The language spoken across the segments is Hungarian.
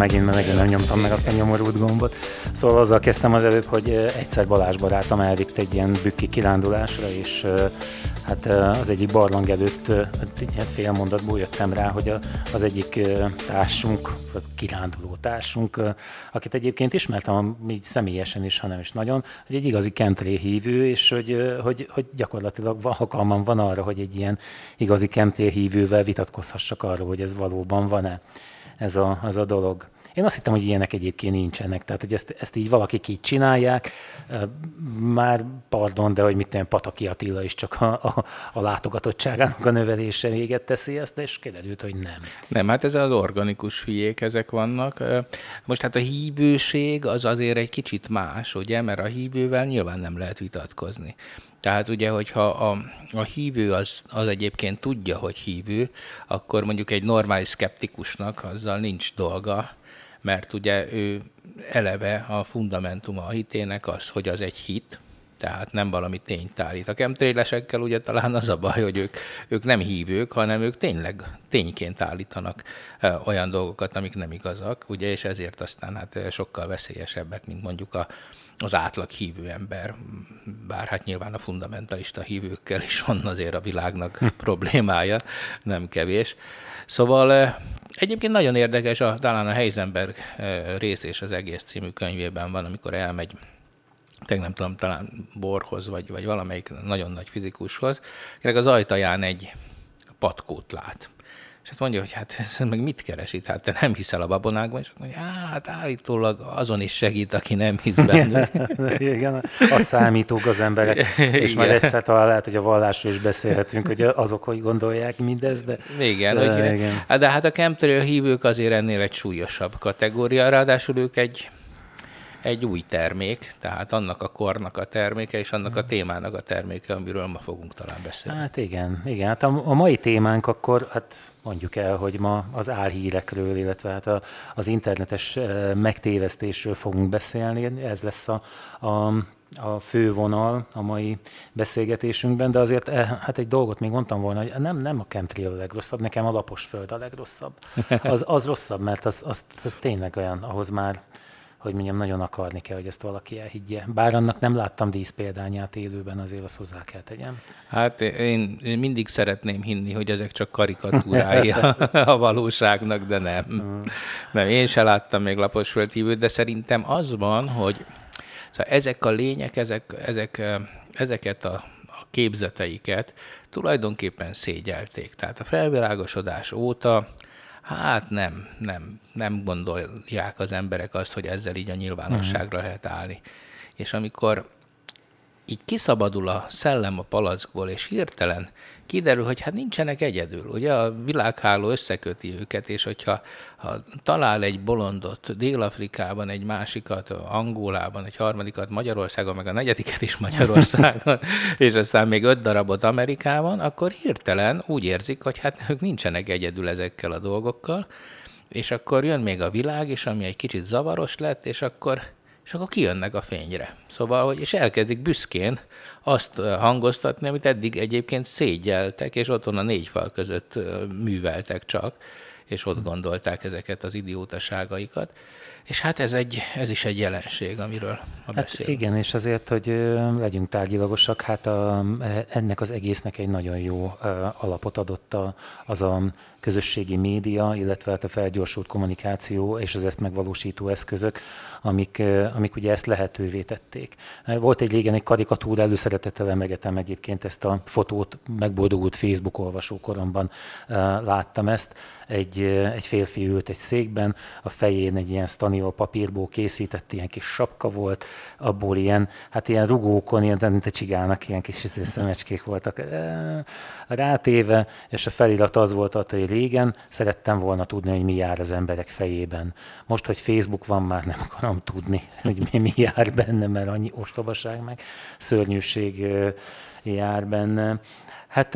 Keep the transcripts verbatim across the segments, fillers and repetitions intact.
megint, mert megint nem nyomtam meg azt a nyomorult gombot. Szóval azzal kezdtem az előbb, hogy egyszer Balázs barátom elvitt egy ilyen bükki kirándulásra, és hát az egyik barlang előtt fél mondatból jöttem rá, hogy az egyik társunk, kiránduló társunk, akit egyébként ismertem így személyesen is, hanem is nagyon, hogy egy igazi Chemtrail hívő, és hogy, hogy, hogy gyakorlatilag alkalmam van arra, hogy egy ilyen igazi Chemtrail hívővel vitatkozhassak arról, hogy ez valóban van-e ez a, ez a dolog. Én azt hittem, hogy ilyenek egyébként nincsenek, tehát hogy ezt, ezt így valakik így csinálják, már pardon, de hogy mit tenni, Pataki Attila is csak a, a, a látogatottságának a növelése véget teszi ezt, és kiderült, hogy nem. Nem, hát ez az organikus hülyék, ezek vannak. Most hát a hívőség az azért egy kicsit más, ugye, mert a hívővel nyilván nem lehet vitatkozni. Tehát ugye, hogyha a, a hívő az, az egyébként tudja, hogy hívő, akkor mondjuk egy normális szkeptikusnak azzal nincs dolga, mert ugye ő eleve a fundamentuma a hitének az, hogy az egy hit, tehát nem valami tényt állít. A chemtrailesekkel ugye talán az a baj, hogy ők, ők nem hívők, hanem ők tényleg tényként állítanak olyan dolgokat, amik nem igazak, ugye, és ezért aztán hát sokkal veszélyesebbek, mint mondjuk a az átlag hívő ember, bár hát nyilván a fundamentalista hívőkkel is van azért a világnak problémája, nem kevés. Szóval egyébként nagyon érdekes, a, talán a Heisenberg rész és az egész című könyvében van, amikor elmegy, tegnap nem tudom, talán Bohrhoz, vagy, vagy valamelyik nagyon nagy fizikushoz, akinek az ajtaján egy patkót lát. És hát mondja, hogy hát ez meg mit keres itt? Hát te nem hiszel a babonákban? És akkor mondja, hát állítólag azon is segít, aki nem hisz bennük. Igen, a számítók az emberek. És igen. Majd egyszer talán lehet, hogy a vallásról is beszélhetünk, hogy azok, hogy gondolják mindezt, de... Igen, de, hogy, igen. de hát a chemtrail hívők azért ennél egy súlyosabb kategória, ráadásul ők egy, egy új termék, tehát annak a kornak a terméke, és annak a témának a terméke, amiről ma fogunk talán beszélni. Hát igen, igen. Hát a, a mai témánk akkor, hát mondjuk el, hogy ma az álhírekről, illetve hát a, az internetes megtévesztésről fogunk beszélni. Ez lesz a, a, a fővonal a mai beszélgetésünkben, de azért hát egy dolgot még mondtam volna, hogy nem, nem a chemtrail a legrosszabb, nekem a lapos föld a legrosszabb. Az, az rosszabb, mert az, az, az tényleg olyan, ahhoz már, hogy mondjam, nagyon akarni kell, hogy ezt valaki elhiggye. Bár annak nem láttam díszpéldányát élőben, azért azt hozzá kell tegyem. Hát én, én mindig szeretném hinni, hogy ezek csak karikatúrái a, a valóságnak, de nem. Hmm. Nem. Én se láttam még laposföldhívőt, de szerintem az van, hogy szóval ezek a lények, ezek, ezek, ezeket a, a képzeteiket tulajdonképpen szégyelték. Tehát a felvilágosodás óta hát nem, nem, nem gondolják az emberek azt, hogy ezzel így a nyilvánosságra uh-huh. lehet állni. És amikor így kiszabadul a szellem a palackból, és hirtelen kiderül, hogy hát nincsenek egyedül. Ugye a világháló összeköti őket, és hogyha ha talál egy bolondot Dél-Afrikában, egy másikat Angolában, egy harmadikat Magyarországon, meg a negyediket is Magyarországon, és aztán még öt darabot Amerikában, akkor hirtelen úgy érzik, hogy hát ők nincsenek egyedül ezekkel a dolgokkal, és akkor jön még a világ, és ami egy kicsit zavaros lett, és akkor és akkor kijönnek a fényre. Szóval, hogy, és elkezdik büszkén azt hangoztatni, amit eddig egyébként szégyeltek, és otthon a négy fal között műveltek csak, és ott gondolták ezeket az idiótaságaikat. És hát ez, egy, ez is egy jelenség, amiről ma hát beszélünk. Igen, és azért, hogy legyünk tárgyilagosak, hát a, ennek az egésznek egy nagyon jó alapot adott a, az a közösségi média, illetve hát a felgyorsult kommunikáció és az ezt megvalósító eszközök, amik, amik ugye ezt lehetővé tették. Volt egy régen egy karikatúra, előszeretettel emlegetem egyébként ezt a fotót, megboldogult Facebook olvasókoromban láttam ezt. Egy, egy férfi ült egy székben, a fején egy ilyen staniol papírból készített, ilyen kis sapka volt, abból ilyen, hát ilyen rugókon, ilyen, mint a csigának, ilyen kis szemecskék voltak rátéve, és a felirat az volt, hogy régen szerettem volna tudni, hogy mi jár az emberek fejében. Most, hogy Facebook van, már nem akarom tudni, hogy mi, mi jár benne, mert annyi ostobaság meg szörnyűség jár benne. Hát,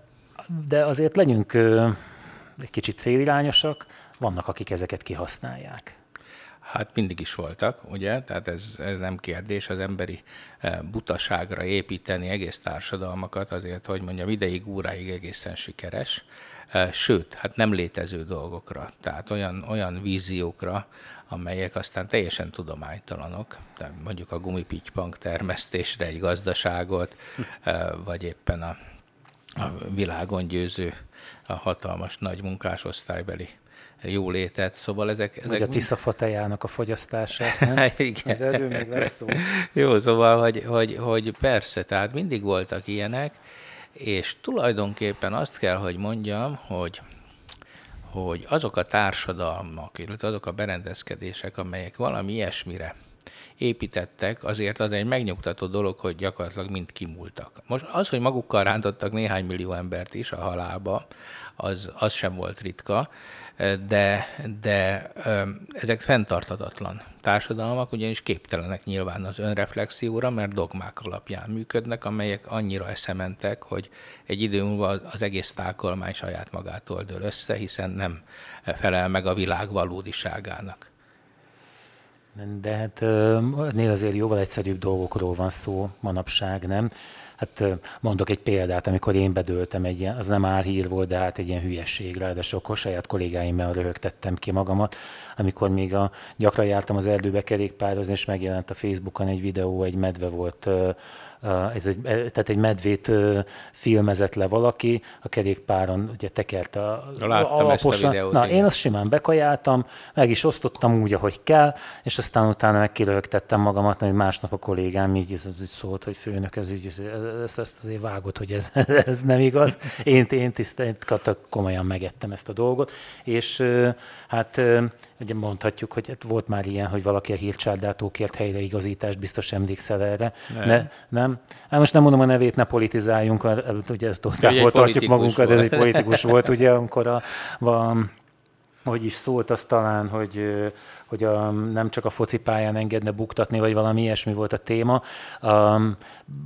de azért legyünk egy kicsit célirányosak, vannak, akik ezeket kihasználják. Hát mindig is voltak, ugye? Tehát ez, ez nem kérdés, az emberi butaságra építeni egész társadalmakat azért, hogy mondjam, ideig, óráig egészen sikeres. Sőt, hát nem létező dolgokra, tehát olyan, olyan víziókra, amelyek aztán teljesen tudománytalanok, tehát mondjuk a gumipittypank termesztésre egy gazdaságot, vagy éppen a, a világon győző, a hatalmas nagy munkásosztálybeli jólétet, szóval ezek... ezek Vagy a Tiszafa tejának a fogyasztását, nem? Igen. De erről még lesz szó. Jó, szóval, hogy, hogy, hogy persze, tehát mindig voltak ilyenek, és tulajdonképpen azt kell, hogy mondjam, hogy, hogy azok a társadalmak, illetve azok a berendezkedések, amelyek valami ilyesmire építettek, azért az egy megnyugtató dolog, hogy gyakorlatilag mind kimúltak. Most az, hogy magukkal rántottak néhány millió embert is a halálba, az, az sem volt ritka, de, de ezek fenntarthatatlan társadalmak, ugyanis képtelenek nyilván az önreflexióra, mert dogmák alapján működnek, amelyek annyira eszementek, hogy egy idő múlva az egész tákolmány saját magától dől össze, hiszen nem felel meg a világ valódiságának. De hát nél azért jóval egyszerűbb dolgokról van szó manapság, nem? Hát mondok egy példát, amikor én bedőltem egy ilyen, az nem álhír volt, de hát egy ilyen hülyeség, ráadásul akkor saját kollégáimmal röhögtettem ki magamat, amikor még a, gyakran jártam az erdőbe kerékpározni, és megjelent a Facebookon egy videó, egy medve volt, ez egy, tehát egy medvét filmezett le valaki, a kerékpáron ugye tekert a Láttam alaposan. Ezt a videót. Na, igen. én azt simán bekajáltam, meg is osztottam úgy, ahogy kell, és aztán utána megkiröhögtettem magamat, hogy másnap a kollégám így szólt, hogy főnök, ez így, ezt, ezt azért vágott, hogy ez, ez nem igaz. Én, én tisztán komolyan megettem ezt a dolgot, és hát ugye mondhatjuk, hogy hát volt már ilyen, hogy valaki a hírcsárdától kért helyreigazítást, biztos emlékszel erre. Nem. Ne, nem? Hát most nem mondom a nevét, ne politizáljunk, mert ugye ezt távol tartjuk magunkat, volt. ez egy politikus volt, ugye, amikor a, a hogy is szólt az talán, hogy, hogy a, nem csak a focipályán engedne buktatni, vagy valami ilyesmi volt a téma. Um,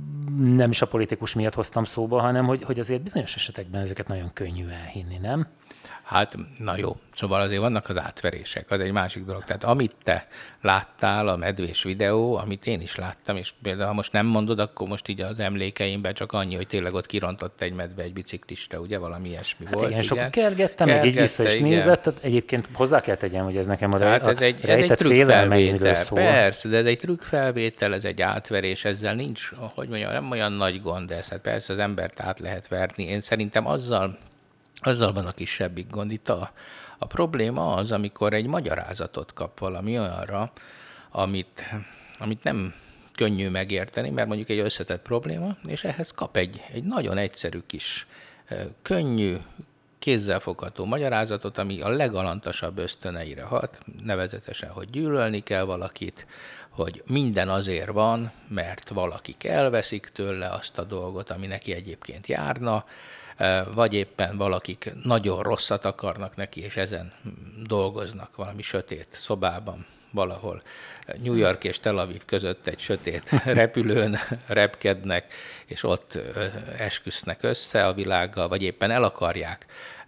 nem is a politikus miatt hoztam szóba, hanem hogy, hogy azért bizonyos esetekben ezeket nagyon könnyű elhinni, nem? Hát, na jó, szóval azért vannak az átverések, az egy másik dolog. Tehát amit te láttál, a medvés videó, amit én is láttam, és például ha most nem mondod, akkor most így az emlékeimben csak annyi, hogy tényleg ott kirontott egy medve egy biciklista, ugye valami ilyesmi hát volt. Igen, igen, sokat kergettem, meg így vissza is igen. nézett, tehát egyébként hozzá kell tegyem, hogy ez nekem a, Tehát a ez egy, rejtett félelmeimről szól. Persze, de ez egy trükkfelvétel, ez egy átverés, ezzel nincs, hogy mondjam, nem olyan nagy gond ez. Hát persze az embert át lehet verni. Én szerintem azzal Azzal van a kisebbik gond. Itt a, a probléma az, amikor egy magyarázatot kap valami olyanra, amit, amit nem könnyű megérteni, mert mondjuk egy összetett probléma, és ehhez kap egy, egy nagyon egyszerű kis, könnyű, kézzelfogható magyarázatot, ami a legalantasabb ösztöneire hat, nevezetesen, hogy gyűlölni kell valakit, hogy minden azért van, mert valakik elveszik tőle azt a dolgot, ami neki egyébként járna, vagy éppen valakik nagyon rosszat akarnak neki, és ezen dolgoznak valami sötét szobában, valahol New York és Tel Aviv között egy sötét repülőn repkednek, és ott esküsznek össze a világgal, vagy éppen el akarják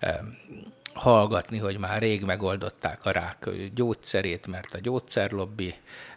hallgatni, hogy már rég megoldották a rák gyógyszerét, mert a gyógyszerlobbi,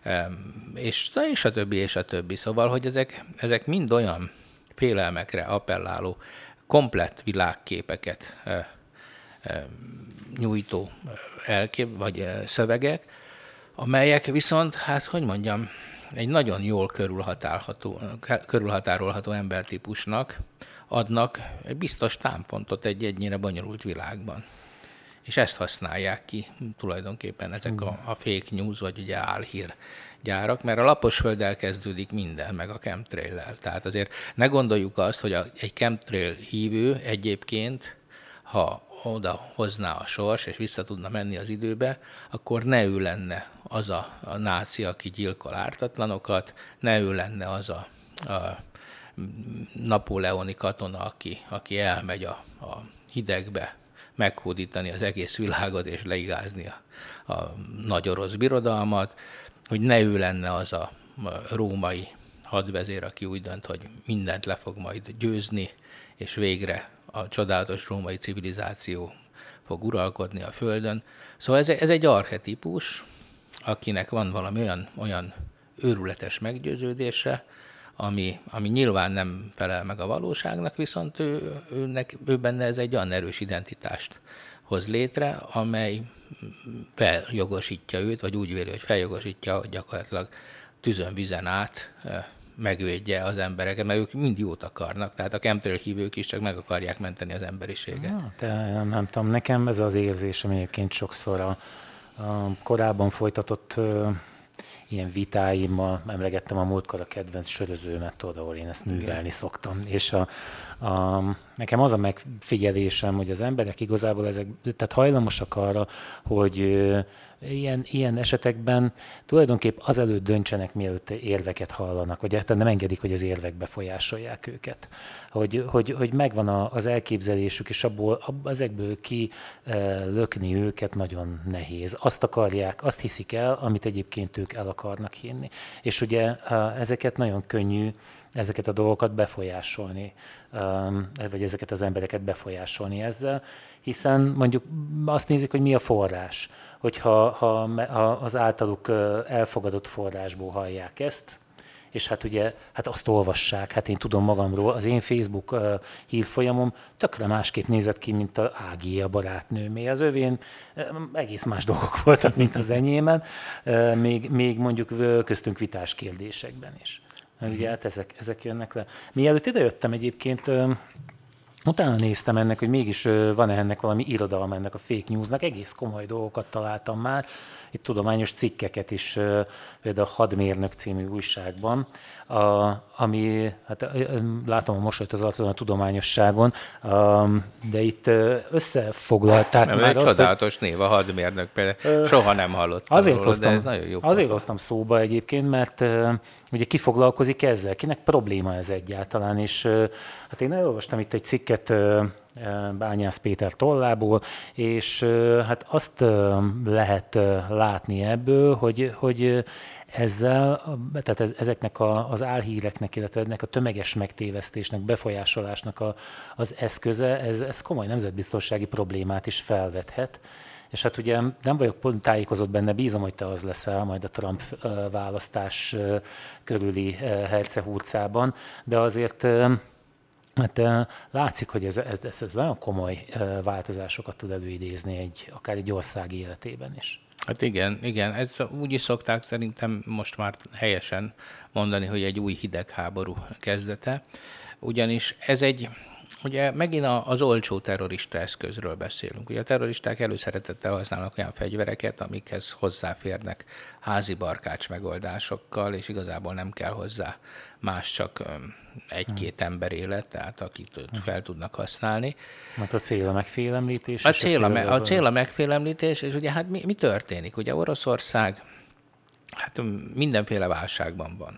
és, és a többi, és a többi. Szóval, hogy ezek, ezek mind olyan félelmekre appelláló komplett világképeket e, e, nyújtó elkép, vagy e, szövegek, amelyek viszont, hát hogy mondjam, egy nagyon jól körülhatárolható, körülhatárolható embertípusnak adnak egy biztos támpontot egy ennyire bonyolult világban. És ezt használják ki tulajdonképpen ezek a, a fake news, vagy ugye álhír gyárak, mert a Laposfölddel kezdődik minden, meg a chemtrail-lel. Tehát azért ne gondoljuk azt, hogy a, egy chemtrail hívő egyébként, ha oda hozná a sors, és vissza tudna menni az időbe, akkor ne ő lenne az a, a náci, aki gyilkol ártatlanokat, ne ő lenne az a, a napóleoni katona, aki, aki elmegy a, a hidegbe, meghódítani az egész világot, és leigázni a, a nagy orosz birodalmat, hogy ne ő lenne az a római hadvezér, aki úgy dönt, hogy mindent le fog majd győzni, és végre a csodálatos római civilizáció fog uralkodni a Földön. Szóval ez, ez egy archetípus, akinek van valami olyan, olyan őrületes meggyőződése, ami, ami nyilván nem felel meg a valóságnak, viszont ő, őnek, ő benne ez egy olyan erős identitást hoz létre, amely feljogosítja őt, vagy úgy véli, hogy feljogosítja, hogy gyakorlatilag tüzön vizen át megvédje az embereket, mert ők mind jót akarnak, tehát a chemtrail hívők is csak meg akarják menteni az emberiséget. Na, te, nem, nem tudom, nekem ez az érzésem egyébként sokszor a, a korábban folytatott ö, ilyen vitáimmal, emlegettem a múltkor a kedvenc sörözőmet, tudod, ahol én ezt művelni Igen. szoktam, és a, a, nekem az a megfigyelésem, hogy az emberek igazából ezek, tehát hajlamosak arra, hogy ö, Ilyen, ilyen esetekben tulajdonképp azelőtt döntsenek, mielőtt érveket hallanak, vagy egyáltalán nem engedik, hogy az érvek befolyásolják őket. Hogy, hogy, hogy megvan a, az elképzelésük, és abból, ab, ezekből ki e, lökni őket nagyon nehéz. Azt akarják, azt hiszik el, amit egyébként ők el akarnak hinni. És ugye e, ezeket nagyon könnyű, ezeket a dolgokat befolyásolni, vagy ezeket az embereket befolyásolni ezzel, hiszen mondjuk azt nézik, hogy mi a forrás, hogyha ha, ha az általuk elfogadott forrásból hallják ezt, és hát ugye hát azt olvassák, hát én tudom magamról, az én Facebook hírfolyamom tökre másképp nézett ki, mint az Ági, a barátnőmé. Az övén egész más dolgok voltak, mint az enyémen, még, még mondjuk köztünk vitás kérdésekben is. Ugye hát ezek, ezek jönnek le. Mielőtt idejöttem egyébként, utána néztem ennek, hogy mégis van-e ennek valami irodalma, ennek a fake newsnak, egész komoly dolgokat találtam már. Itt tudományos cikkeket is, például a Hadmérnök című újságban, a, ami, hát látom a mosolyt az arcon a tudományosságon, de itt összefoglalták nem, már egy azt, csodálatos név, a Hadmérnök például. Soha nem hallottam azért róla, hoztam, de nagyon jó. Azért hoztam szóba egyébként, mert ugye ki foglalkozik ezzel, kinek probléma ez egyáltalán, és hát én elolvastam itt egy cikket Bányász Péter tollából, és hát azt lehet látni ebből, hogy, hogy ezzel, tehát ezeknek a, az álhíreknek, illetve ennek a tömeges megtévesztésnek, befolyásolásnak a, az eszköze, ez, ez komoly nemzetbiztonsági problémát is felvethet. És hát ugye nem vagyok pont tájékozott benne, bízom, hogy te az leszel majd a Trump választás körüli hercehurcában, de azért hát látszik, hogy ez, ez, ez nagyon komoly változásokat tud előidézni egy, akár egy ország életében is. Hát igen, igen, ez úgy is szokták szerintem most már helyesen mondani, hogy egy új hidegháború kezdete, ugyanis ez egy, ugye megint az olcsó terrorista eszközről beszélünk. Ugye a terroristák előszeretettel használnak olyan fegyvereket, amikhez hozzáférnek házi barkács megoldásokkal, és igazából nem kell hozzá más, csak egy-két ember élet, tehát akit fel tudnak használni. Hát a cél a megfélemlítés. A cél a, me- a cél a megfélemlítés, és ugye hát mi, mi történik? Ugye Oroszország hát mindenféle válságban van.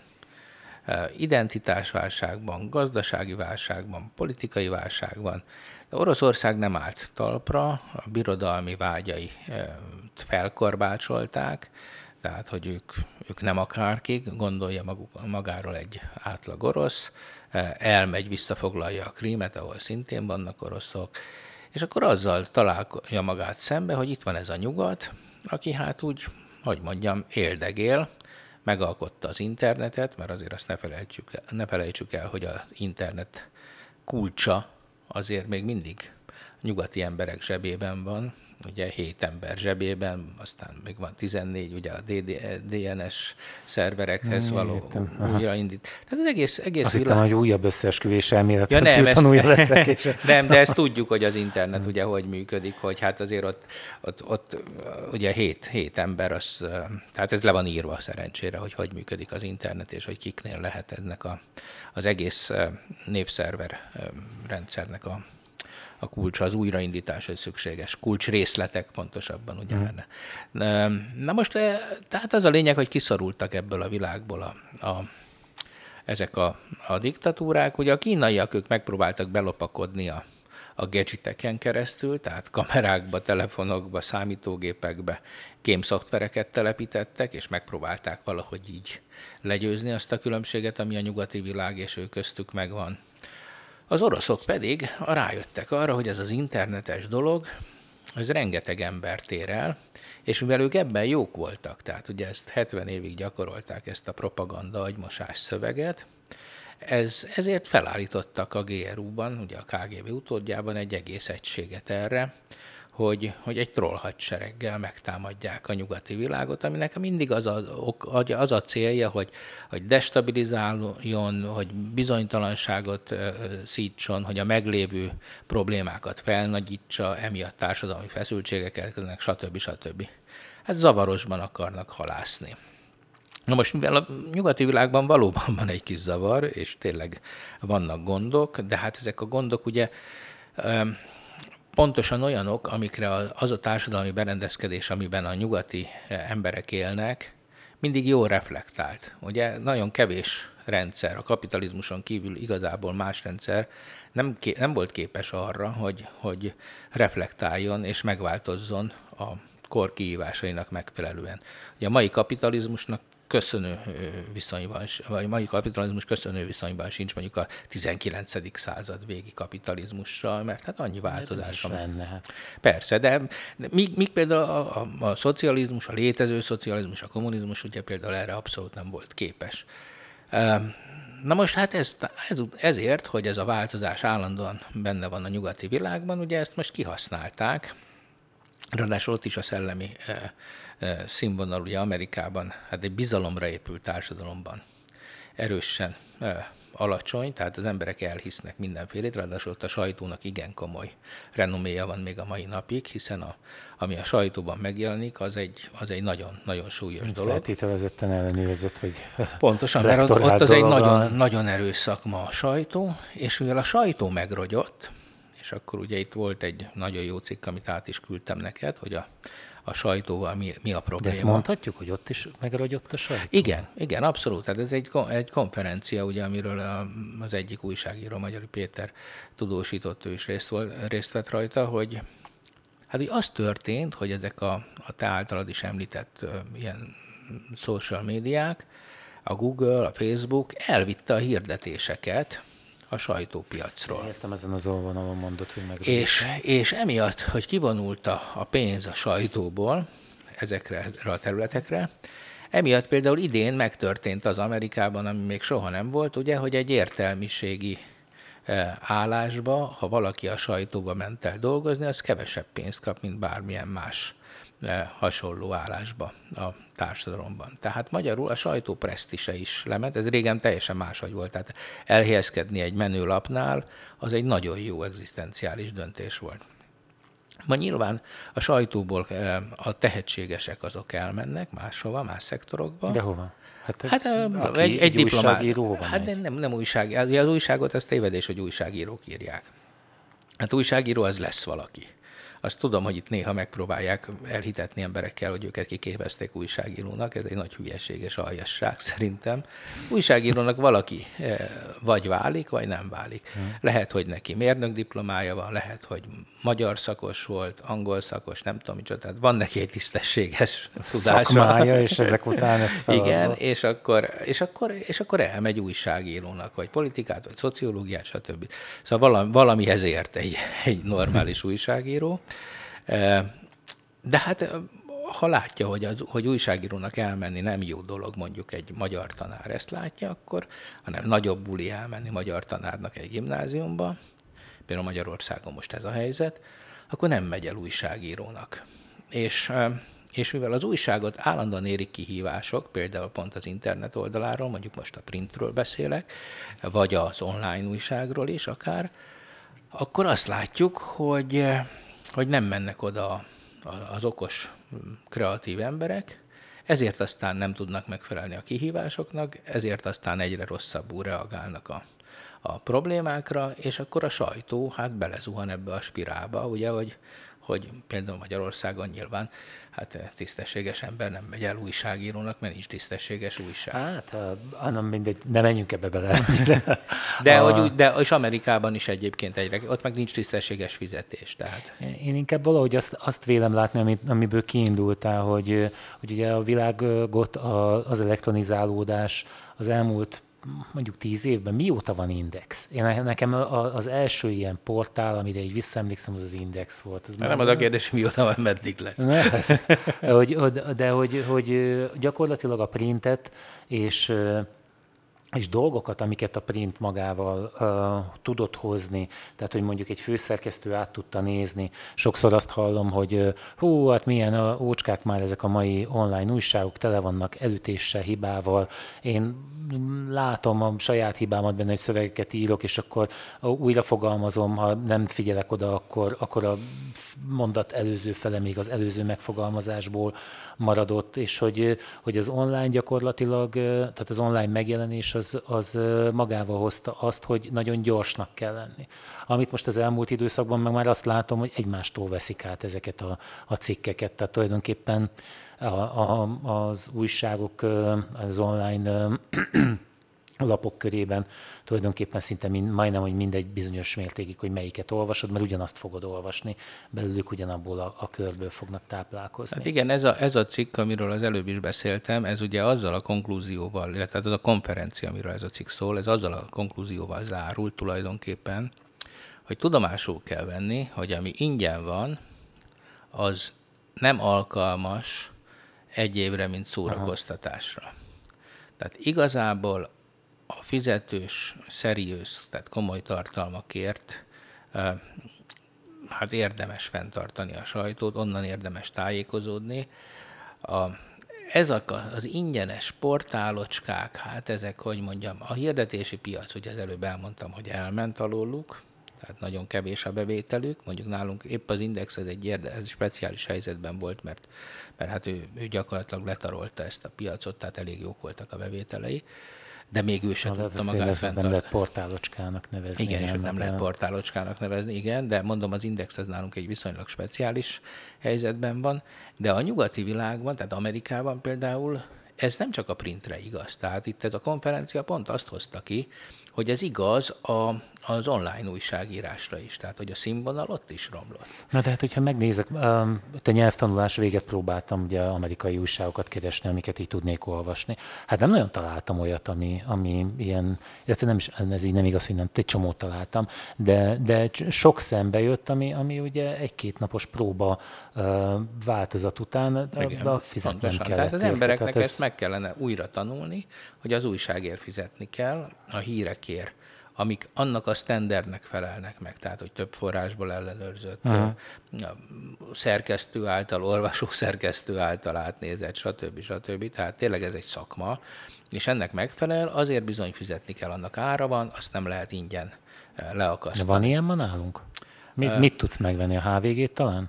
Identitásválságban, gazdasági válságban, politikai válságban. De Oroszország nem állt talpra, a birodalmi vágyai felkorbácsolták, tehát, hogy ők, ők nem akárkik, gondolja maguk, magáról egy átlag orosz, elmegy, visszafoglalja a Krímet, ahol szintén vannak oroszok, és akkor azzal találja magát szembe, hogy itt van ez a nyugat, aki hát úgy, hogy mondjam, éldegél, megalkotta az internetet, mert azért azt ne felejtsük, ne felejtsük el, hogy az internet kulcsa azért még mindig nyugati emberek zsebében van, ugye hét ember zsebében, aztán még van tizennégy, ugye a dé en es szerverekhez való újraindít. Tehát az egész, egész Azt világ... hittem, hogy újabb összeesküvés elméletre ja, nem, tanulja leszek. És... nem, de ezt tudjuk, hogy az internet ugye hogy működik, hogy hát azért ott, ott, ott ugye hét, hét ember, az, tehát ez le van írva szerencsére, hogy hogy működik az internet, és hogy kiknél lehet ennek a, az egész névszerver rendszernek a a kulcs, az újraindítás, hogy szükséges kulcsrészletek pontosabban, ugye. Mm. Na most, tehát az a lényeg, hogy kiszorultak ebből a világból a, a, ezek a, a diktatúrák. Ugye a kínaiak, ők megpróbáltak belopakodni a, a gadgeteken keresztül, tehát kamerákba, telefonokba, számítógépekbe kémszoftvereket telepítettek, és megpróbálták valahogy így legyőzni azt a különbséget, ami a nyugati világ és ő köztük megvan. Az oroszok pedig rájöttek arra, hogy ez az internetes dolog, ez rengeteg embert ér el, és mivel ők ebben jók voltak, tehát ugye ezt hetven évig gyakorolták, ezt a propaganda agymosás szöveget, ez, ezért felállítottak a gé er u-ban, ugye a ká gé bé utódjában egy egész egységet erre, hogy, hogy egy troll hadsereggel megtámadják a nyugati világot, aminek mindig az a, az a célja, hogy, hogy destabilizáljon, hogy bizonytalanságot szítson, hogy a meglévő problémákat felnagyítsa, emiatt társadalmi feszültségek elkezdenek, stb. stb. Hát zavarosban akarnak halászni. Na most, mivel a nyugati világban valóban van egy kis zavar, és tényleg vannak gondok, de hát ezek a gondok ugye pontosan olyanok, amikre az a társadalmi berendezkedés, amiben a nyugati emberek élnek, mindig jól reflektált. Ugye nagyon kevés rendszer, a kapitalizmuson kívül igazából más rendszer nem, ké- nem volt képes arra, hogy, hogy reflektáljon és megváltozzon a kor kihívásainak megfelelően. Ugye a mai kapitalizmusnak köszönő viszonyban, vagy mai kapitalizmus köszönő viszonyban sincs mondjuk a tizenkilencedik század végi kapitalizmussal, mert hát annyi változás van. Lenne, hát. Persze, de, de míg, míg például a, a, a szocializmus, a létező szocializmus, a kommunizmus ugye például erre abszolút nem volt képes. Na most hát ez, ez, ezért, hogy ez a változás állandóan benne van a nyugati világban, ugye ezt most kihasználták, ráadásul ott is a szellemi színvonal ugye Amerikában, hát egy bizalomra épült társadalomban erősen alacsony, tehát az emberek elhisznek mindenfélét, ráadásul ott a sajtónak igen komoly renoméja van még a mai napig, hiszen a, ami a sajtóban megjelenik, az egy, az egy nagyon, nagyon súlyos dolog. Feltételezetten ellenőrzött, hogy pontosan, mert ott, ott az egy nagyon, nagyon erős szakma a sajtó, és mivel a sajtó megrogyott, és akkor ugye itt volt egy nagyon jó cikk, amit át is küldtem neked, hogy a a sajtóval mi, mi a probléma. De ezt mondhatjuk, hogy ott is megragyott a sajtó? Igen, igen, abszolút. Tehát ez egy, egy konferencia, ugye, amiről az egyik újságíró, Magyari Péter tudósított, ő is részt, volt, részt vett rajta, hogy hát hogy az történt, hogy ezek a, a te általad is említett uh, ilyen social médiák, a Google, a Facebook elvitte a hirdetéseket a sajtópiacról. Értem, ezen az oldalon mondott, hogy meg. És, és emiatt, hogy kivonult a, a pénz a sajtóból ezekre a területekre, emiatt például idén megtörtént az Amerikában, ami még soha nem volt, ugye, hogy egy értelmiségi állásba, ha valaki a sajtóba ment el dolgozni, az kevesebb pénzt kap, mint bármilyen más hasonló állásba a társadalomban. Tehát magyarul a sajtó presztise is lement, ez régen teljesen máshogy volt. Tehát elhelyezkedni egy menő lapnál, az egy nagyon jó egzisztenciális döntés volt. Ma nyilván a sajtóból a tehetségesek azok elmennek máshova, más szektorokba. De hova? Hát, hát egy, egy, egy diplomát. Hát megy. nem, nem újság. Az újságot, az tévedés, hogy újságírók írják. Hát újságíró az lesz valaki. Azt tudom, hogy itt néha megpróbálják elhitetni emberekkel, hogy őket kiképezték újságírónak, ez egy nagy hülyeség és aljasság szerintem. Újságírónak valaki vagy válik, vagy nem válik. Hmm. Lehet, hogy neki mérnök diplomája van, lehet, hogy magyar szakos volt, angol szakos, nem tudom micsoda, tehát van neki egy tisztességes tudása. Szakmája, és ezek után ezt feladva. Igen, és akkor, és, akkor, és akkor elmegy újságírónak, vagy politikát, vagy szociológiát, stb. Szóval valami, valamihez ért egy, egy normális újságíró. De hát ha látja, hogy, az, hogy újságírónak elmenni nem jó dolog, mondjuk egy magyar tanár ezt látja, akkor, hanem nagyobb buli elmenni magyar tanárnak egy gimnáziumba, például Magyarországon most ez a helyzet, akkor nem megy el újságírónak. És, és mivel az újságot állandóan érik kihívások, például pont az internet oldaláról, mondjuk most a printről beszélek, vagy az online újságról is akár, akkor azt látjuk, hogy hogy nem mennek oda az okos, kreatív emberek, ezért aztán nem tudnak megfelelni a kihívásoknak, ezért aztán egyre rosszabbul reagálnak a, a problémákra, és akkor a sajtó hát belezuhan ebbe a spirálba, ugye, hogy, hogy például Magyarországon nyilván hát tisztességes ember nem megy el újságírónak, mert nincs tisztességes újság. Hát, hanem mindegy, ne menjünk ebbe bele. De, a... hogy, de és Amerikában is egyébként egyre, ott meg nincs tisztességes fizetés. Tehát. Én inkább valahogy azt, azt vélem látni, amit, amiből kiindultál, hogy, hogy ugye a világot az elektronizálódás az elmúlt mondjuk tíz évben mióta van Index? Én, nekem az első ilyen portál, amire így visszaemlékszem, az az Index volt. Az nem az a kérdés, mióta van, meddig lesz. Ne, hogy, de hogy, hogy gyakorlatilag a printet és és dolgokat, amiket a print magával uh, tudott hozni, tehát, hogy mondjuk egy főszerkesztő át tudta nézni. Sokszor azt hallom, hogy uh, hú, hát milyen uh, ócskák már ezek a mai online újságok, tele vannak elütéssel, hibával. Én látom a saját hibámat benne, hogy szövegeket írok, és akkor újra fogalmazom, ha nem figyelek oda, akkor, akkor a mondat előző fele még az előző megfogalmazásból maradott, és hogy, hogy az online gyakorlatilag, tehát az online megjelenés az, az magával hozta azt, hogy nagyon gyorsnak kell lenni. Amit most az elmúlt időszakban meg már azt látom, hogy egymástól veszik át ezeket a, a cikkeket, tehát tulajdonképpen a, a, az újságok az online lapok körében tulajdonképpen szinte mind, majdnem, hogy mindegy bizonyos mértékig, hogy melyiket olvasod, mert ugyanazt fogod olvasni, belőlük ugyanabból a, a körből fognak táplálkozni. Hát igen, ez a, ez a cikk, amiről az előbb is beszéltem, ez ugye azzal a konklúzióval, illetve az a konferencia, amiről ez a cikk szól, ez azzal a konklúzióval zárul tulajdonképpen, hogy tudomásul kell venni, hogy ami ingyen van, az nem alkalmas egy évre, mint szórakoztatásra. Aha. Tehát igazából a fizetős, szeriős, tehát komoly tartalmakért hát érdemes fenntartani a sajtót, onnan érdemes tájékozódni. A, ezek az ingyenes portálocskák, hát ezek, hogy mondjam, a hirdetési piac, ugye az előbb elmondtam, hogy elment alóluk, tehát nagyon kevés a bevételük, mondjuk nálunk épp az Index ez egy érde, ez speciális helyzetben volt, mert, mert hát ő, ő gyakorlatilag letarolta ezt a piacot, tehát elég jók voltak a bevételei, de még ő sem tudta magát fenntartani. Nem lehet portálocskának nevezni. Igen, és nem, nem lehet portálocskának nevezni, igen, de mondom, az Index ez nálunk egy viszonylag speciális helyzetben van, de a nyugati világban, tehát Amerikában például ez nem csak a printre igaz, tehát itt ez a konferencia pont azt hozta ki, hogy ez igaz a, az online újságírásra is, tehát hogy a színvonal ott is romlott. Na de hát, hogyha megnézek, a nyelvtanulás véget próbáltam ugye amerikai újságokat keresni, amiket így tudnék olvasni. Hát nem nagyon találtam olyat, ami, ami ilyen, illetve nem is, ez így nem igaz, hogy nem, egy csomót találtam, de, de sok szembe jött, ami, ami ugye egy-két napos próba változat után igen, a fizetnem pontosan. kellett. Tehát az embereknek tehát ez... ezt meg kellene újra tanulni, hogy az újságért fizetni kell, a hírekért, amik annak a standardnek felelnek meg, tehát hogy több forrásból ellenőrzött, uh-huh. szerkesztő által, olvasó szerkesztő által átnézett, stb. stb. Tehát tényleg ez egy szakma, és ennek megfelel, azért bizony fizetni kell, annak ára van, azt nem lehet ingyen leakasztani. De van ilyen ma nálunk? Mi, uh, mit tudsz megvenni, a há vé gét talán?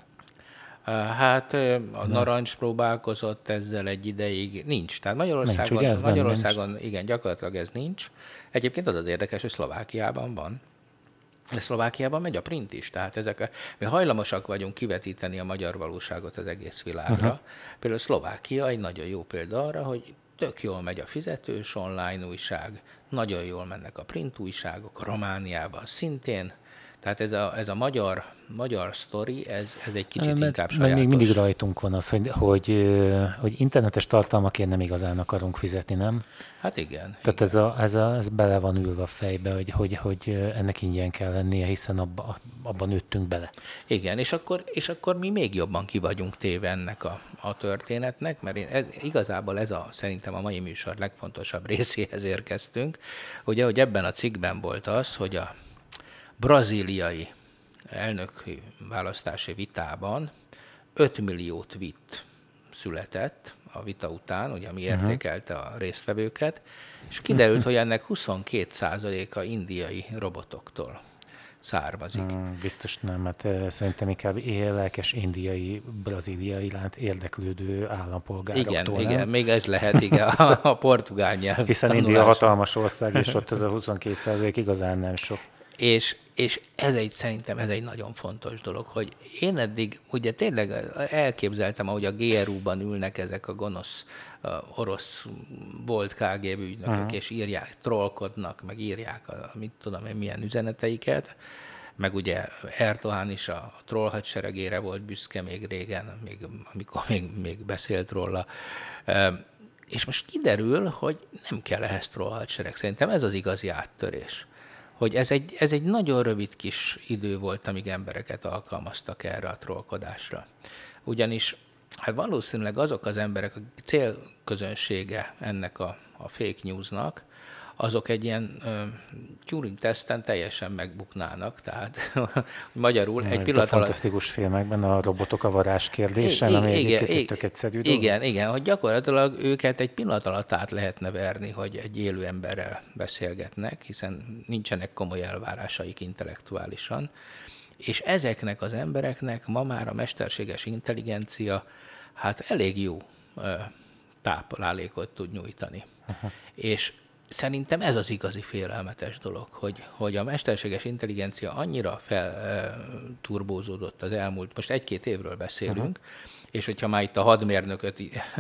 Hát a Narancs próbálkozott ezzel egy ideig, nincs. Tehát Magyarországon, nincs, ugye, Magyarországon nincs. Igen, gyakorlatilag ez nincs. Egyébként az az érdekes, hogy Szlovákiában van. De Szlovákiában megy a print is, tehát ezek a, mi hajlamosak vagyunk kivetíteni a magyar valóságot az egész világra. Uh-huh. Például Szlovákia egy nagyon jó példa arra, hogy tök jól megy a fizetős online újság, nagyon jól mennek a print újságok, Romániában szintén. Tehát ez a, ez a magyar, magyar sztori, ez, ez egy kicsit mert, inkább sajátos. Még mindig rajtunk van az, hogy, hogy, hogy internetes tartalmakért nem igazán akarunk fizetni, nem? Hát igen. Tehát igen. Ez, a, ez, a, ez bele van ülve a fejbe, hogy, hogy, hogy ennek ingyen kell lennie, hiszen abba, abban nőttünk bele. Igen, és akkor, és akkor mi még jobban ki vagyunk téve ennek a, a történetnek, mert én, ez, igazából ez a, szerintem a mai műsor legfontosabb részéhez érkeztünk. Ugye, hogy ebben a cikkben volt az, hogy a brazíliai elnöki választási vitában öt millió tweet született a vita után, ugye, ami értékelte a résztvevőket, és kiderült, hogy ennek huszonkét százaléka indiai robotoktól származik. Hmm, biztos nem, mert szerintem inkább lelkes indiai, brazíliai iránt érdeklődő állampolgároktól. Igen, nem? igen, még ez lehet, igen, a, a portugál nyelv. Hiszen tanulás. India hatalmas ország, és ott ez a huszonkét százalék igazán nem sok. És, és ez egy, szerintem ez egy nagyon fontos dolog, hogy én eddig ugye tényleg elképzeltem, ahogy a gé er u-ban ülnek ezek a gonosz uh, orosz volt ká gé bé ügynökök, uh-huh. és írják, trollkodnak, meg írják a, mit tudom én, milyen üzeneteiket, meg ugye Erdoğan is a troll hadseregére volt büszke még régen, még, amikor még, még beszélt róla. Uh, És most kiderül, hogy nem kell ehhez trollhadsereg. Szerintem ez az igazi áttörés. Hogy ez egy, ez egy nagyon rövid kis idő volt, amíg embereket alkalmaztak erre a trollkodásra. Ugyanis hát valószínűleg azok az emberek, a célközönsége ennek a, a fake newsnak, azok egy ilyen uh, Turing-teszten teljesen megbuknának. Tehát magyarul egy pillanat alatt... A fantasztikus filmekben a robotok a varázs kérdésen, I- ami igen, egyébként egy igen, tök egyszerű dolog. Igen, igen, hogy gyakorlatilag őket egy pillanat alatt át lehetne verni, hogy egy élő emberrel beszélgetnek, hiszen nincsenek komoly elvárásaik intellektuálisan. És ezeknek az embereknek ma már a mesterséges intelligencia hát elég jó ö, táplálékot tud nyújtani. Aha. És szerintem ez az igazi félelmetes dolog, hogy, hogy a mesterséges intelligencia annyira felturbózódott az elmúlt, most egy-két évről beszélünk, uh-huh. és hogyha már itt a hadmérnököt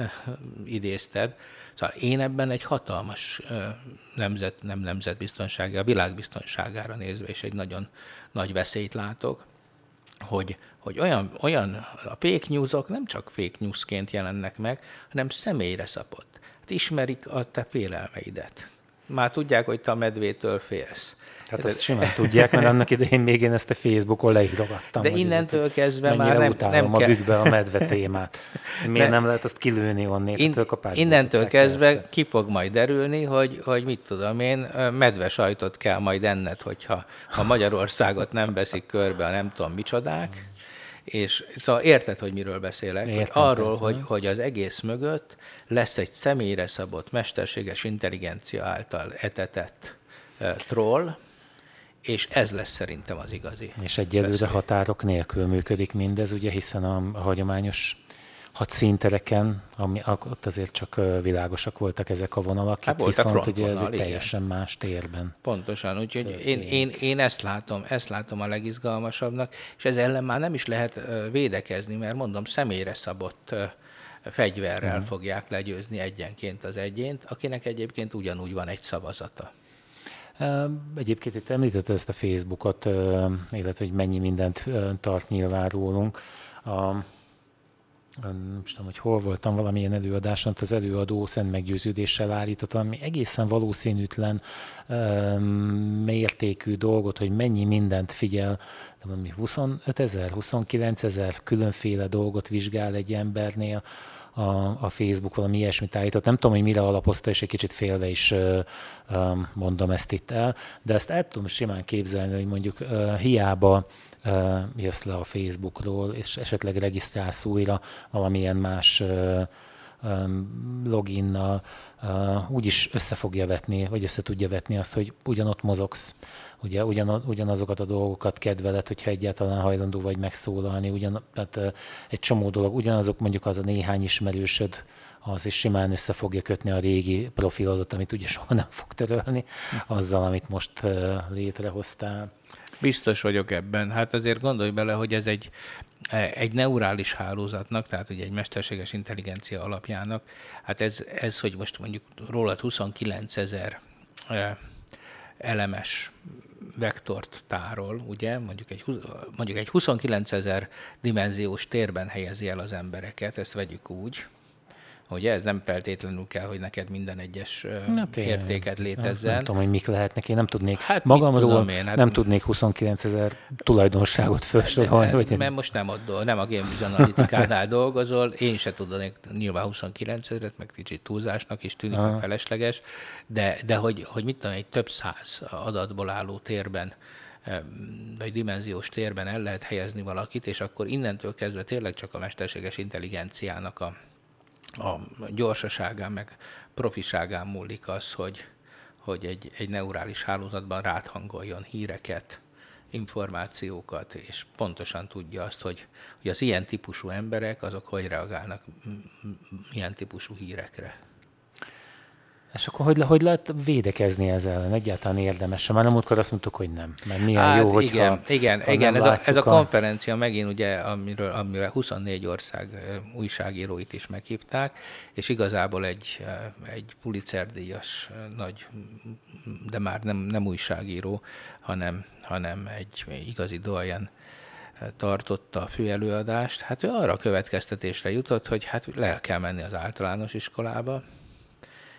idézted, szóval én ebben egy hatalmas nemzet, nem nemzetbiztonsága, a világbiztonságára nézve is egy nagyon nagy veszélyt látok, hogy, hogy olyan, olyan, a fake newsok nem csak fake newsként jelennek meg, hanem személyre szabott. Hát ismerik a te félelmeidet. Már tudják, hogy te a medvétől félsz. Hát ezt simán tudják, mert annak idején még én ezt a Facebookon leírogattam. De innentől kezdve már nem, utálom nem a kell. bükkbe a medve témát. Miért ne, nem lehet azt kilőni onnét? In, innentől kezdve persze. Ki fog majd derülni, hogy, hogy mit tudom én, medve sajtot kell majd enned, hogyha ha Magyarországot nem veszik körbe a nem tudom micsodák. És szóval érted, hogy miről beszélek? Értem, arról, persze. hogy, hogy az egész mögött lesz egy személyre szabott, mesterséges intelligencia által etetett uh, troll, és ez lesz szerintem az igazi. És egyelőre veszély. határok nélkül működik mindez, ugye, hiszen a, a hagyományos hadszíntereken, ami, ott azért csak világosak voltak ezek a vonalak, hát itt viszont ugye ez egy igen. teljesen más térben. Pontosan, úgyhogy én, én, én ezt látom, ezt látom a legizgalmasabbnak, és ez ellen már nem is lehet védekezni, mert mondom, személyre szabott fegyverrel hmm. fogják legyőzni egyenként az egyént, akinek egyébként ugyanúgy van egy szavazata. Egyébként itt említette ezt a Facebookot, illetve hogy mennyi mindent tart nyilván rólunk. A, nem tudom, hogy hol voltam valamilyen előadáson, az előadó szent meggyőződéssel állított, ami egészen valószínűtlen mértékű dolgot, hogy mennyi mindent figyel, nem huszonöt ezer, huszonkilenc ezer különféle dolgot vizsgál egy embernél, A, a Facebook valami ilyesmit állított. Nem tudom, hogy mire alapozta, és egy kicsit félve is uh, um, mondom ezt itt el, de ezt el tudom simán képzelni, hogy mondjuk uh, hiába uh, jössz le a Facebookról, és esetleg regisztrálsz újra valamilyen más uh, um, loginnal, uh, úgyis össze fogja vetni, vagy össze tudja vetni azt, hogy ugyanott mozogsz. Ugye ugyan, ugyanazokat a dolgokat kedveled, hogyha egyáltalán hajlandó vagy megszólalni, ugyan, tehát egy csomó dolog, ugyanazok mondjuk az a néhány ismerősöd, az is simán össze fogja kötni a régi profilodat, amit ugye soha nem fog törölni, azzal, amit most létrehoztál. Biztos vagyok ebben. Hát azért gondolj bele, hogy ez egy, egy neurális hálózatnak, tehát ugye egy mesterséges intelligencia alapjának, hát ez, ez hogy most mondjuk rólad huszonkilenc ezer elemes vektort tárol, ugye, mondjuk egy, mondjuk egy huszonkilenc ezer dimenziós térben helyezi el az embereket, ezt vegyük úgy, ugye, ez nem feltétlenül kell, hogy neked minden egyes Na, értéket létezzen. Nem tudom, hogy mik lehetnek, én nem tudnék hát magamról, én, hát nem tudnék huszonkilenc ezer tulajdonságot felsorolni. Mert én... most nem, ott, nem a Cambridge Analytica-nál dolgozol, én se tudnék nyilván huszonkilenc ezeret, meg kicsit túlzásnak is tűnik, meg felesleges, de, de hogy, hogy mit tudom, egy több száz adatból álló térben, vagy dimenziós térben el lehet helyezni valakit, és akkor innentől kezdve tényleg csak a mesterséges intelligenciának a a gyorsaságán, meg profiságán múlik az, hogy, hogy egy, egy neurális hálózatban ráthangoljon híreket, információkat, és pontosan tudja azt, hogy, hogy az ilyen típusú emberek, azok hogy reagálnak milyen típusú hírekre. És akkor hogy, hogy lehet védekezni ezzel ellen? Egyáltalán érdemes. Már nem múltkor azt mondtuk, hogy nem. Mert milyen hát jó, hogyha igen, igen, ha igen. Ez, a, ez a a... konferencia megint ugye, amiről, amivel huszonnégy ország újságíróit is meghívták, és igazából egy, egy Pulitzer-díjas nagy, de már nem, nem újságíró, hanem, hanem egy igazi doyen tartotta a főelőadást. Hát ő arra a következtetésre jutott, hogy hát le kell menni az általános iskolába,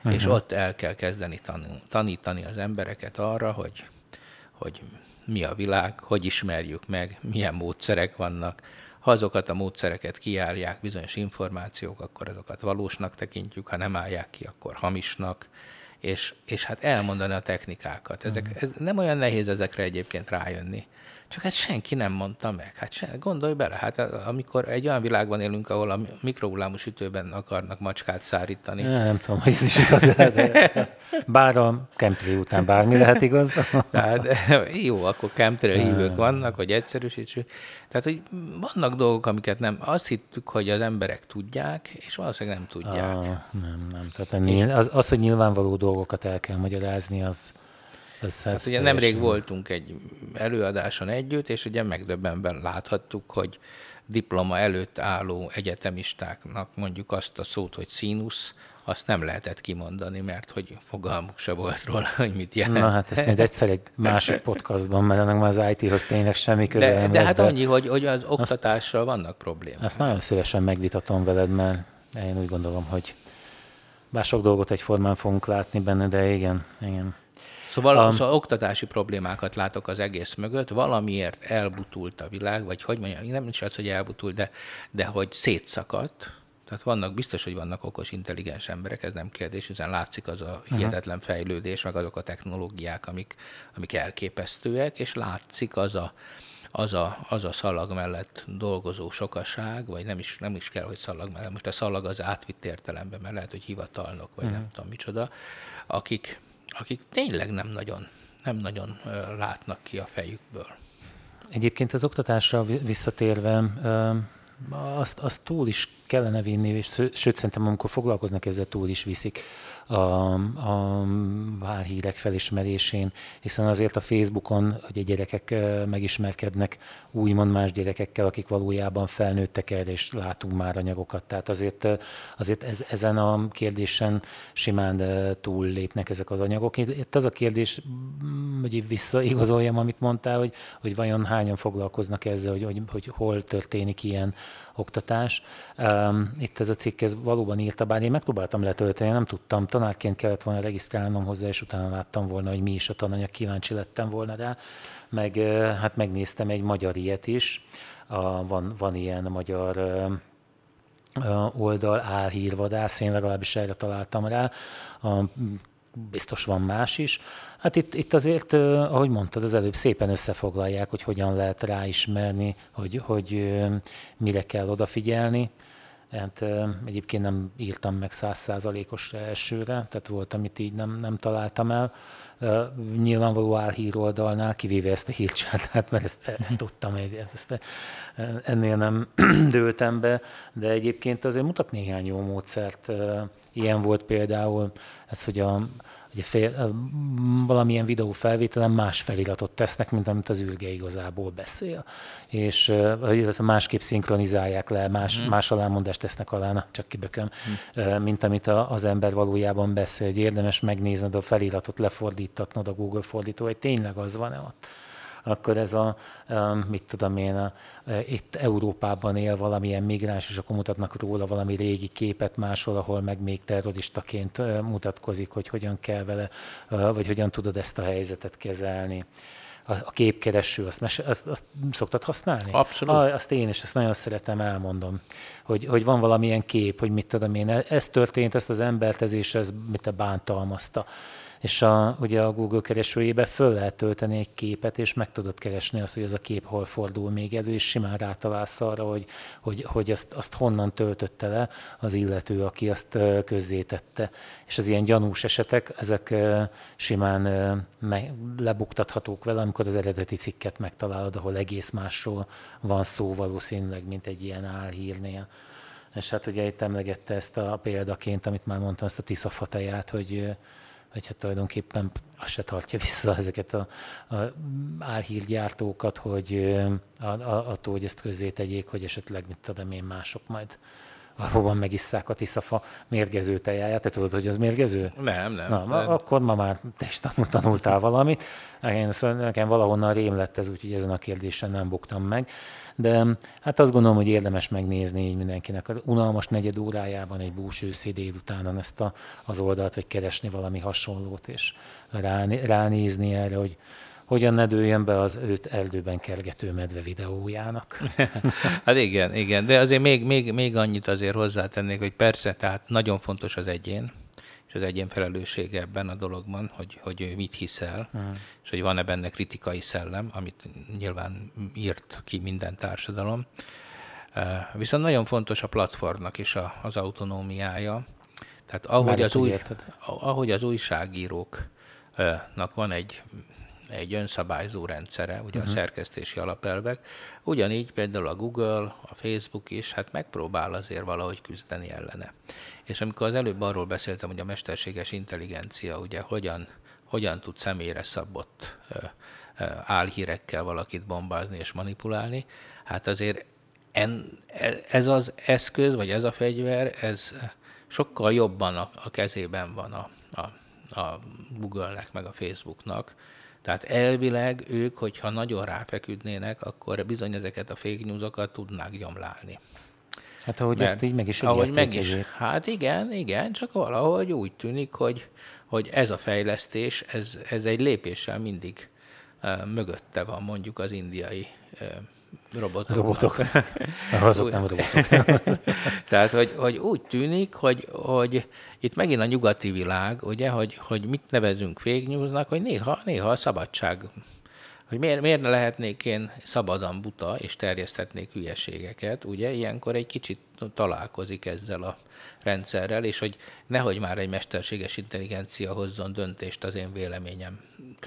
uh-huh. és ott el kell kezdeni tanítani az embereket arra, hogy, hogy mi a világ, hogy ismerjük meg, milyen módszerek vannak. Ha azokat a módszereket kijárják bizonyos információk, akkor azokat valósnak tekintjük, ha nem állják ki, akkor hamisnak, és, és hát elmondani a technikákat. Ezek, ez nem olyan nehéz ezekre egyébként rájönni. Csak hát senki nem mondta meg. Hát sen, gondolj bele, hát amikor egy olyan világban élünk, ahol a mikrohullámú sütőben akarnak macskát szárítani. Nem, nem tudom, hogy ez is igaz, de bár a chemtrail után bármi lehet igaz. Tehát, jó, akkor chemtrail hívők vannak, hogy egyszerűsítsük. Tehát, hogy vannak dolgok, amiket nem, azt hittük, hogy az emberek tudják, és valószínűleg nem tudják. Ah, nem, nem. Tehát ennél, az, az, hogy nyilvánvaló dolgokat el kell magyarázni, az Ez, hát ugye nemrég voltunk egy előadáson együtt, és ugye megdöbbenben láthattuk, hogy diploma előtt álló egyetemistáknak mondjuk azt a szót, hogy színusz, azt nem lehetett kimondani, mert hogy fogalmuk se volt róla, hogy mit jelent. Na hát ezt majd egyszer egy másik podcastban, mert ennek már az í té-hoz tényleg semmi köze de, nem de lesz. hát de annyi, hogy, hogy az oktatással azt, vannak problémák. Ezt nagyon szívesen megvitatom veled, mert én úgy gondolom, hogy bár sok dolgot egyformán fogunk látni benne, de igen, igen. Szóval, um, szóval oktatási problémákat látok az egész mögött, valamiért elbutult a világ, vagy hogy mondjam, nem is az, hogy elbutult, de, de hogy szétszakadt. Tehát vannak, biztos, hogy vannak okos, intelligens emberek, ez nem kérdés, hiszen látszik az a hihetetlen fejlődés, meg azok a technológiák, amik, amik elképesztőek, és látszik az a, az, a, az a szalag mellett dolgozó sokaság, vagy nem is, nem is kell, hogy szalag mellett, most a szalag az átvitt értelemben, mert lehet, hogy hivatalnok, vagy uh-huh. nem tudom micsoda, akik akik tényleg nem nagyon, nem nagyon uh, látnak ki a fejükből. Egyébként az oktatásra visszatérve, uh, azt, azt túl is kellene vinni, és sőt, szerintem amikor foglalkoznak ezzel, túl is viszik a, a válhírek felismerésén, hiszen azért a Facebookon, hogy a gyerekek megismerkednek úgymond más gyerekekkel, akik valójában felnőttek el, és látunk már anyagokat. Tehát azért, azért ez, ezen a kérdésen simán túl lépnek ezek az anyagok. Itt az a kérdés, hogy visszaigazoljam, amit mondtál, hogy, hogy vajon hányan foglalkoznak ezzel, hogy, hogy, hogy hol történik ilyen oktatás. Itt ez a cikk, ez valóban írta, bár én megpróbáltam letölteni, nem tudtam, tanárként kellett volna regisztrálnom hozzá, és utána láttam volna, hogy mi is a tananyag, kíváncsi lettem volna rá, meg hát megnéztem egy magyar ilyet is, a, van, van ilyen a magyar oldal, álhírvadász, én legalábbis erre találtam rá, a, biztos van más is. Hát itt, itt azért, ahogy mondtad, az előbb szépen összefoglalják, hogy hogyan lehet ráismerni, hogy, hogy mire kell odafigyelni. Hát egyébként nem írtam meg száz százalékosra elsőre, tehát volt, amit így nem, nem találtam el. Nyilvánvaló álhíroldalnál, kivéve ezt a hírcsátát, mert ezt, ezt tudtam, ezt, ennél nem dőltem be, de egyébként azért mutat néhány jó módszert. Ilyen volt például ez, hogy a Ugye fél, valamilyen videófelvételen más feliratot tesznek, mint amit az űrge igazából beszél. És illetve másképp szinkronizálják le, más, hmm. más alámondást tesznek alá, na, csak kibököm, hmm. mint amit a, az ember valójában beszél. Hogy érdemes megnézned a feliratot, lefordítatnod a Google fordító, hogy tényleg az van-e ott. Akkor ez a, mit tudom én, a, itt Európában él valamilyen migráns, és akkor mutatnak róla valami régi képet máshol, ahol meg még terroristaként mutatkozik, hogy hogyan kell vele, vagy hogyan tudod ezt a helyzetet kezelni. A, a képkereső, azt, mes- azt, azt szoktad használni? Abszolút. Ah, azt én is, ezt nagyon szeretem, elmondom. Hogy, hogy van valamilyen kép, hogy mit tudom én, ez történt, ezt az embert, ez és ez mit bántalmazta. És a, ugye a Google keresőjébe föl lehet tölteni egy képet, és meg tudod keresni azt, hogy az a kép hol fordul még elő, és simán rátalálsz arra, hogy, hogy, hogy azt, azt honnan töltötte le az illető, aki azt közzétette. És az ilyen gyanús esetek, ezek simán lebuktathatók vele, amikor az eredeti cikket megtalálod, ahol egész másról van szó valószínűleg, mint egy ilyen álhírnél. És hát ugye itt emlegette ezt a példaként, amit már mondtam, ezt a Tisza teját, hogy hogy hát tulajdonképpen azt se tartja vissza ezeket a, a álhírgyártókat, hogy a, a, attól, hogy ezt közzétegyék, hogy esetleg mit tudom én, mások majd valóban megisszák a Tiszafa mérgező tejáját. Te tudod, hogy az mérgező? Nem, nem. Na, nem. Akkor ma már te is tanultál valamit. Én, nekem valahonnan rém lett ez, úgyhogy ezen a kérdésen nem buktam meg. De hát azt gondolom, hogy érdemes megnézni így mindenkinek. A unalmas negyed órájában egy bús őszi délutánon ezt a, az oldalt, vagy keresni valami hasonlót, és ráné, ránézni erre, hogy hogyan ne dőljön be az őt erdőben kergető medve videójának. Hát igen, igen, de azért még, még, még annyit azért hozzátennék, hogy persze, tehát nagyon fontos az egyén, és az egyén felelőssége ebben a dologban, hogy, hogy ő mit hiszel, uh-huh. és hogy van-e benne kritikai szellem, amit nyilván írt ki minden társadalom. Viszont nagyon fontos a platformnak is a, az autonómiája. Tehát ahogy az, új, ahogy az újságíróknak van egy egy önszabályzó rendszere, ugye uh-huh. a szerkesztési alapelvek. Ugyanígy például a Google, a Facebook is, hát megpróbál azért valahogy küzdeni ellene. És amikor az előbb arról beszéltem, hogy a mesterséges intelligencia ugye hogyan, hogyan tud személyre szabott ö, ö, álhírekkel valakit bombázni és manipulálni, hát azért en, ez az eszköz, vagy ez a fegyver, ez sokkal jobban a, a kezében van a, a, a Google-nek, meg a Facebooknak. Tehát elvileg ők, hogyha nagyon ráfeküdnének, akkor bizony ezeket a fake news-okat tudnák gyomlálni. Hát ahogy Mert, ezt így meg is ahogy meg is, hát igen, igen, csak valahogy úgy tűnik, hogy, hogy ez a fejlesztés, ez, ez egy lépéssel mindig uh, mögötte van mondjuk az indiai uh, robotok. Robotok. Azok nem robotok. Tehát, hogy, hogy úgy tűnik, hogy, hogy itt megint a nyugati világ, ugye, hogy, hogy mit nevezünk fake newsnak, hogy néha, néha a szabadság, hogy miért, miért ne lehetnék én szabadan buta, és terjeszthetnék hülyeségeket, ugye, ilyenkor egy kicsit találkozik ezzel a rendszerrel, és hogy nehogy már egy mesterséges intelligencia hozzon döntést az én véleményem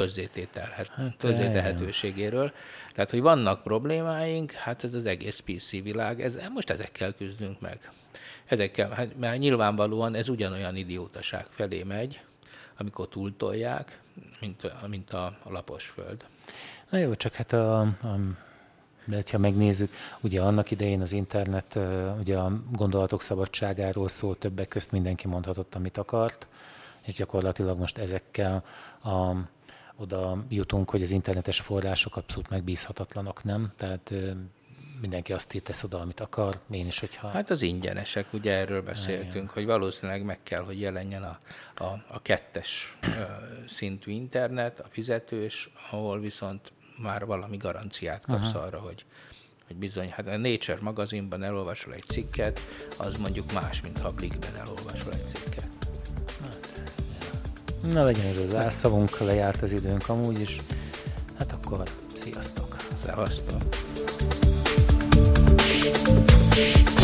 közzétehetőségéről. Tehát, hogy vannak problémáink, hát ez az egész pé cé világ, ez, most ezekkel küzdünk meg. Ezekkel, hát, mert nyilvánvalóan ez ugyanolyan idiótaság felé megy, amikor túltolják, mint, mint a, a lapos föld. Na jó, csak hát a, a, de ha megnézzük, ugye annak idején az internet ugye a gondolatok szabadságáról szól, többek közt mindenki mondhatott, amit akart, és gyakorlatilag most ezekkel a, oda jutunk, hogy az internetes források abszolút megbízhatatlanok, nem? Tehát mindenki azt tesz oda, amit akar, én is, hogyha... Hát az ingyenesek, ugye erről beszéltünk, igen. Hogy valószínűleg meg kell, hogy jelenjen a, a, a kettes ö, szintű internet, a fizetős, ahol viszont már valami garanciát kapsz Aha. arra, hogy, hogy bizony, hát a Nature magazinban elolvasol egy cikket, az mondjuk más, mint ha a Blickben elolvasol egy cikket. Na legyen ez az álszavunk, lejárt az időnk amúgy is. Hát akkor sziasztok! Szevasztok!